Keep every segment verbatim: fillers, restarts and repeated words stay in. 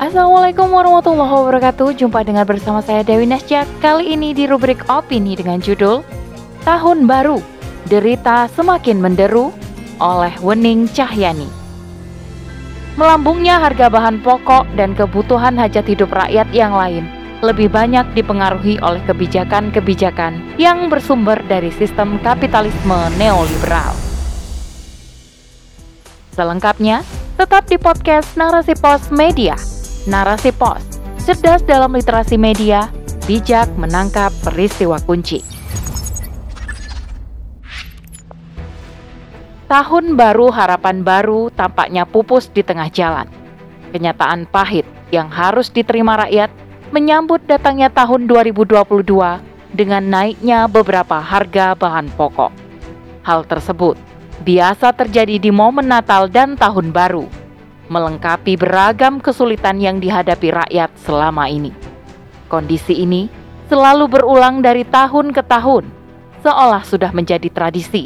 Assalamualaikum warahmatullahi wabarakatuh. Jumpa dengan bersama saya Dewi Nasjak. Kali ini di rubrik opini dengan judul Tahun Baru, Derita Semakin Menderu oleh Wening Cahyani. Melambungnya harga bahan pokok dan kebutuhan hajat hidup rakyat yang lain lebih banyak dipengaruhi oleh kebijakan-kebijakan yang bersumber dari sistem kapitalisme neoliberal. Selengkapnya, tetap di podcast Narasi Pos Media. Narasi Pos, cerdas dalam literasi media, bijak menangkap peristiwa kunci. Tahun baru harapan baru tampaknya pupus di tengah jalan. Kenyataan pahit yang harus diterima rakyat menyambut datangnya tahun dua ribu dua puluh dua dengan naiknya beberapa harga bahan pokok. Hal tersebut biasa terjadi di momen Natal dan Tahun Baru, melengkapi beragam kesulitan yang dihadapi rakyat selama ini. Kondisi ini selalu berulang dari tahun ke tahun, seolah sudah menjadi tradisi.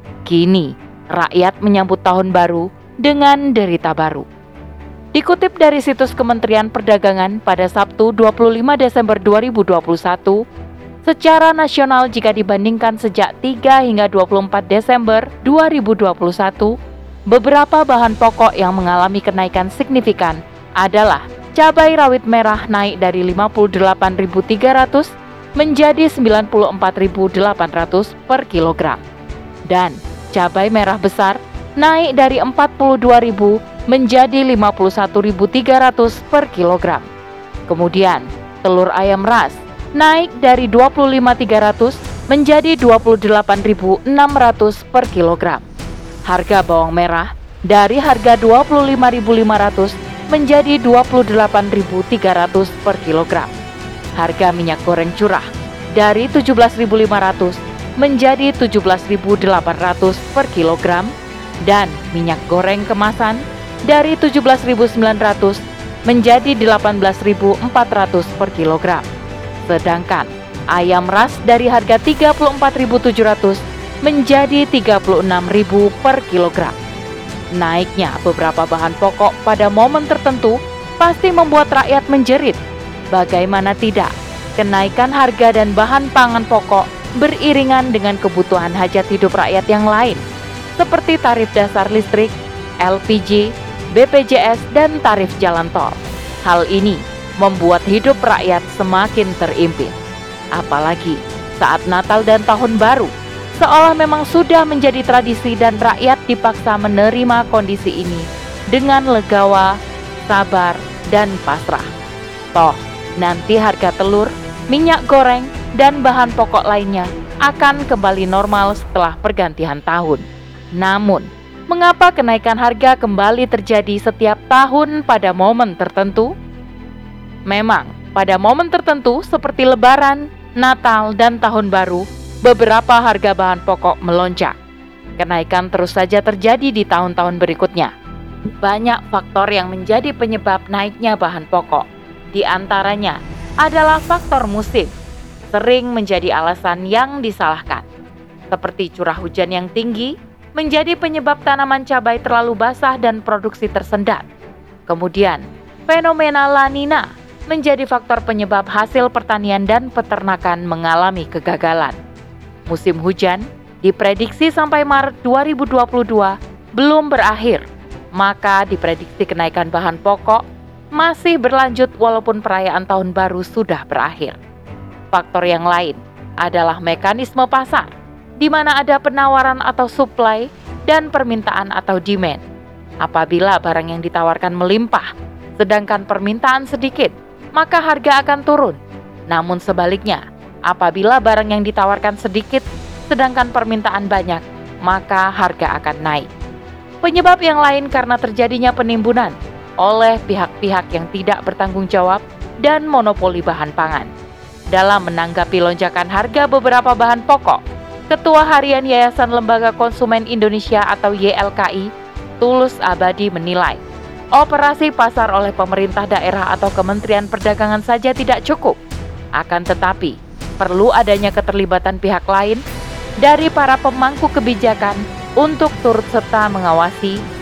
Kini, rakyat menyambut tahun baru dengan derita baru. Dikutip dari situs Kementerian Perdagangan pada Sabtu dua puluh lima Desember dua ribu dua puluh satu, secara nasional jika dibandingkan sejak tiga hingga dua puluh empat Desember dua ribu dua puluh satu, beberapa bahan pokok yang mengalami kenaikan signifikan adalah cabai rawit merah naik dari lima puluh delapan ribu tiga ratus menjadi sembilan puluh empat ribu delapan ratus per kilogram. Dan cabai merah besar naik dari empat puluh dua ribu menjadi lima puluh satu ribu tiga ratus per kilogram. Kemudian, telur ayam ras naik dari dua puluh lima ribu tiga ratus menjadi dua puluh delapan ribu enam ratus per kilogram. Harga bawang merah dari harga dua puluh lima ribu lima ratus menjadi dua puluh delapan ribu tiga ratus per kilogram. Harga minyak goreng curah dari tujuh belas ribu lima ratus menjadi tujuh belas ribu delapan ratus per kilogram, dan minyak goreng kemasan dari tujuh belas ribu sembilan ratus menjadi delapan belas ribu empat ratus per kilogram. Sedangkan ayam ras dari harga tiga puluh empat ribu tujuh ratus menjadi tiga puluh enam ribu per kilogram. Naiknya beberapa bahan pokok pada momen tertentu pasti membuat rakyat menjerit. Bagaimana tidak, kenaikan harga dan bahan pangan pokok beriringan dengan kebutuhan hajat hidup rakyat yang lain, seperti tarif dasar listrik, L P G, B P J S, dan tarif jalan tol. Hal ini membuat hidup rakyat semakin terimpit. Apalagi saat Natal dan Tahun Baru, seolah memang sudah menjadi tradisi dan rakyat dipaksa menerima kondisi ini dengan legawa, sabar, dan pasrah. Toh, nanti harga telur, minyak goreng, dan bahan pokok lainnya akan kembali normal setelah pergantian tahun. Namun, mengapa kenaikan harga kembali terjadi setiap tahun pada momen tertentu? Memang, pada momen tertentu seperti Lebaran, Natal, dan Tahun Baru, beberapa harga bahan pokok melonjak. Kenaikan terus saja terjadi di tahun-tahun berikutnya. Banyak faktor yang menjadi penyebab naiknya bahan pokok. Di antaranya adalah faktor musim, sering menjadi alasan yang disalahkan. Seperti curah hujan yang tinggi menjadi penyebab tanaman cabai terlalu basah dan produksi tersendat. Kemudian, fenomena La Nina menjadi faktor penyebab hasil pertanian dan peternakan mengalami kegagalan. Musim hujan diprediksi sampai Maret dua ribu dua puluh dua belum berakhir, maka diprediksi kenaikan bahan pokok masih berlanjut walaupun perayaan Tahun Baru sudah berakhir. Faktor yang lain adalah mekanisme pasar, di mana ada penawaran atau supply dan permintaan atau demand. Apabila barang yang ditawarkan melimpah, sedangkan permintaan sedikit, maka harga akan turun. Namun sebaliknya, apabila barang yang ditawarkan sedikit, sedangkan permintaan banyak, maka harga akan naik. Penyebab yang lain karena terjadinya penimbunan oleh pihak-pihak yang tidak bertanggung jawab dan monopoli bahan pangan. Dalam menanggapi lonjakan harga beberapa bahan pokok, Ketua Harian Yayasan Lembaga Konsumen Indonesia atau Y L K I, Tulus Abadi menilai, operasi pasar oleh pemerintah daerah atau Kementerian Perdagangan saja tidak cukup. Akan tetapi, perlu adanya keterlibatan pihak lain dari para pemangku kebijakan untuk turut serta mengawasi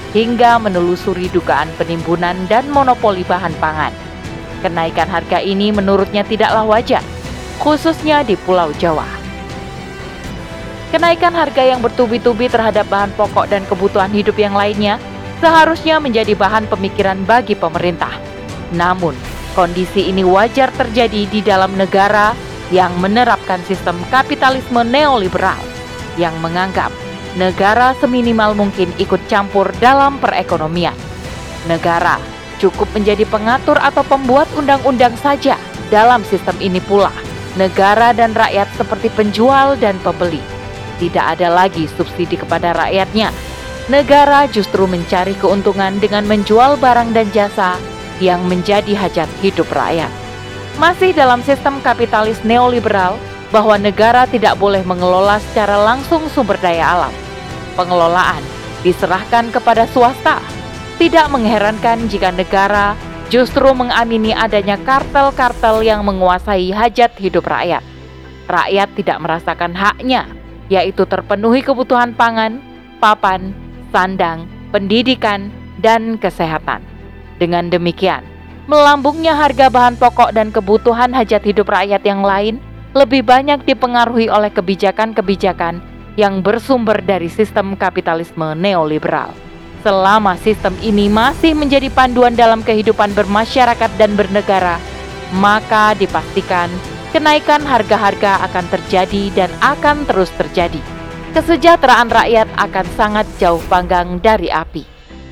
hingga menelusuri dugaan penimbunan dan monopoli bahan pangan. Kenaikan harga ini menurutnya tidaklah wajar, khususnya di Pulau Jawa. Kenaikan harga yang bertubi-tubi terhadap bahan pokok dan kebutuhan hidup yang lainnya seharusnya menjadi bahan pemikiran bagi pemerintah. Namun, kondisi ini wajar terjadi di dalam negara yang menerapkan sistem kapitalisme neoliberal, yang menganggap negara seminimal mungkin ikut campur dalam perekonomian. Negara cukup menjadi pengatur atau pembuat undang-undang saja. Dalam sistem ini pula, negara dan rakyat seperti penjual dan pembeli. Tidak ada lagi subsidi kepada rakyatnya. Negara justru mencari keuntungan dengan menjual barang dan jasa yang menjadi hajat hidup rakyat. Masih dalam sistem kapitalis neoliberal, bahwa negara tidak boleh mengelola secara langsung sumber daya alam. Pengelolaan diserahkan kepada swasta. Tidak mengherankan jika negara justru mengamini adanya kartel-kartel yang menguasai hajat hidup rakyat. Rakyat tidak merasakan haknya, yaitu terpenuhi kebutuhan pangan, papan, sandang, pendidikan, dan kesehatan. Dengan demikian, melambungnya harga bahan pokok dan kebutuhan hajat hidup rakyat yang lain lebih banyak dipengaruhi oleh kebijakan-kebijakan yang bersumber dari sistem kapitalisme neoliberal. Selama sistem ini masih menjadi panduan dalam kehidupan bermasyarakat dan bernegara, maka dipastikan kenaikan harga-harga akan terjadi dan akan terus terjadi. Kesejahteraan rakyat akan sangat jauh panggang dari api.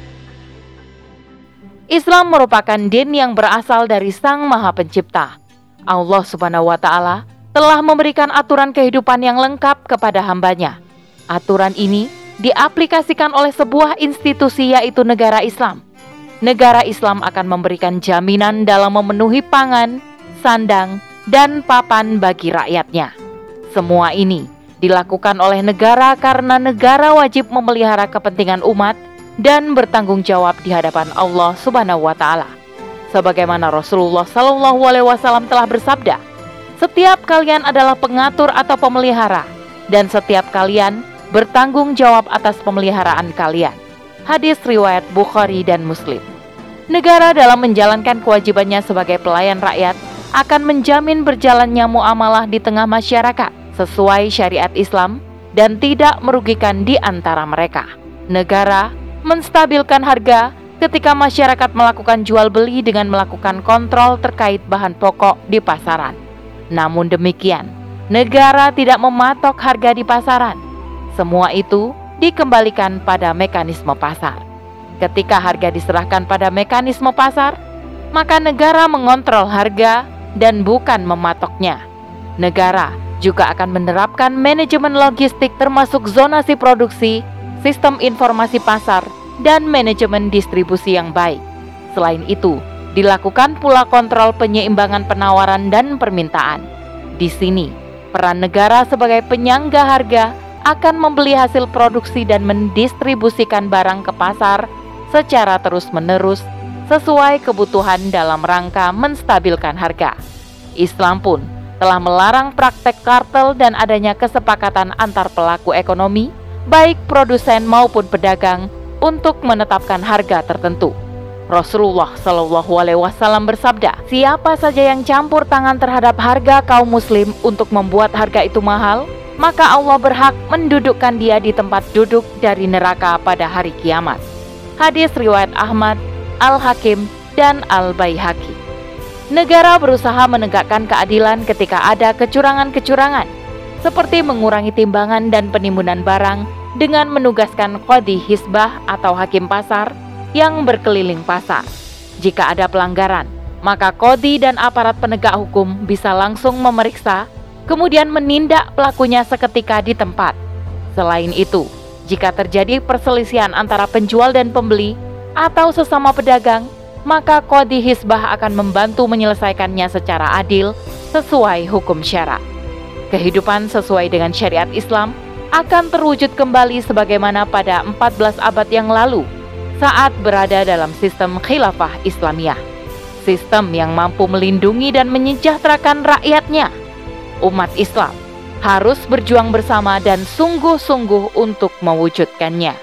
Islam merupakan din yang berasal dari Sang Maha Pencipta. Allah Subhanahu wa Ta'ala telah memberikan aturan kehidupan yang lengkap kepada hambanya. Aturan ini diaplikasikan oleh sebuah institusi, yaitu negara Islam. Negara Islam akan memberikan jaminan dalam memenuhi pangan, sandang, dan papan bagi rakyatnya. Semua ini dilakukan oleh negara karena negara wajib memelihara kepentingan umat dan bertanggung jawab di hadapan Allah Subhanahu wa Ta'ala. Sebagaimana Rasulullah Shallallahu Alaihi Wasallam telah bersabda, "Setiap kalian adalah pengatur atau pemelihara, dan setiap kalian bertanggung jawab atas pemeliharaan kalian." Hadis riwayat Bukhari dan Muslim. Negara dalam menjalankan kewajibannya sebagai pelayan rakyat akan menjamin berjalannya muamalah di tengah masyarakat sesuai syariat Islam dan tidak merugikan di antara mereka. Negara menstabilkan harga ketika masyarakat melakukan jual beli dengan melakukan kontrol terkait bahan pokok di pasaran. Namun demikian, negara tidak mematok harga di pasaran. Semua itu dikembalikan pada mekanisme pasar. Ketika harga diserahkan pada mekanisme pasar, maka negara mengontrol harga dan bukan mematoknya. Negara juga akan menerapkan manajemen logistik termasuk zonasi produksi, sistem informasi pasar, dan manajemen distribusi yang baik. Selain itu, dilakukan pula kontrol penyeimbangan penawaran dan permintaan. Di sini, peran negara sebagai penyangga harga akan membeli hasil produksi dan mendistribusikan barang ke pasar secara terus-menerus sesuai kebutuhan dalam rangka menstabilkan harga. Islam pun telah melarang praktek kartel dan adanya kesepakatan antar pelaku ekonomi, baik produsen maupun pedagang, untuk menetapkan harga tertentu. Rasulullah Shallallahu Alaihi Wasallam bersabda, "Siapa saja yang campur tangan terhadap harga kaum muslim untuk membuat harga itu mahal, maka Allah berhak mendudukkan dia di tempat duduk dari neraka pada hari kiamat." Hadis riwayat Ahmad, Al-Hakim, dan Al-Baihaqi. Negara berusaha menegakkan keadilan ketika ada kecurangan-kecurangan, seperti mengurangi timbangan dan penimbunan barang dengan menugaskan qadhi hisbah atau hakim pasar yang berkeliling pasar. Jika ada pelanggaran, maka qadhi dan aparat penegak hukum bisa langsung memeriksa, kemudian menindak pelakunya seketika di tempat. Selain itu, jika terjadi perselisihan antara penjual dan pembeli atau sesama pedagang, maka qadhi hisbah akan membantu menyelesaikannya secara adil sesuai hukum syara. Kehidupan sesuai dengan syariat Islam akan terwujud kembali sebagaimana pada empat belas abad yang lalu saat berada dalam sistem khilafah Islamiyah, sistem yang mampu melindungi dan menyejahterakan rakyatnya. Umat Islam harus berjuang bersama dan sungguh-sungguh untuk mewujudkannya.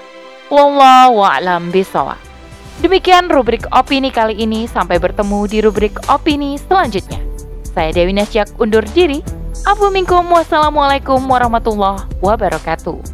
Wallahu a'lam bishawab. Demikian rubrik opini kali ini, sampai bertemu di rubrik opini selanjutnya. Saya Dewi Nasyak undur diri. Afu minkum, wassalamualaikum warahmatullahi wabarakatuh.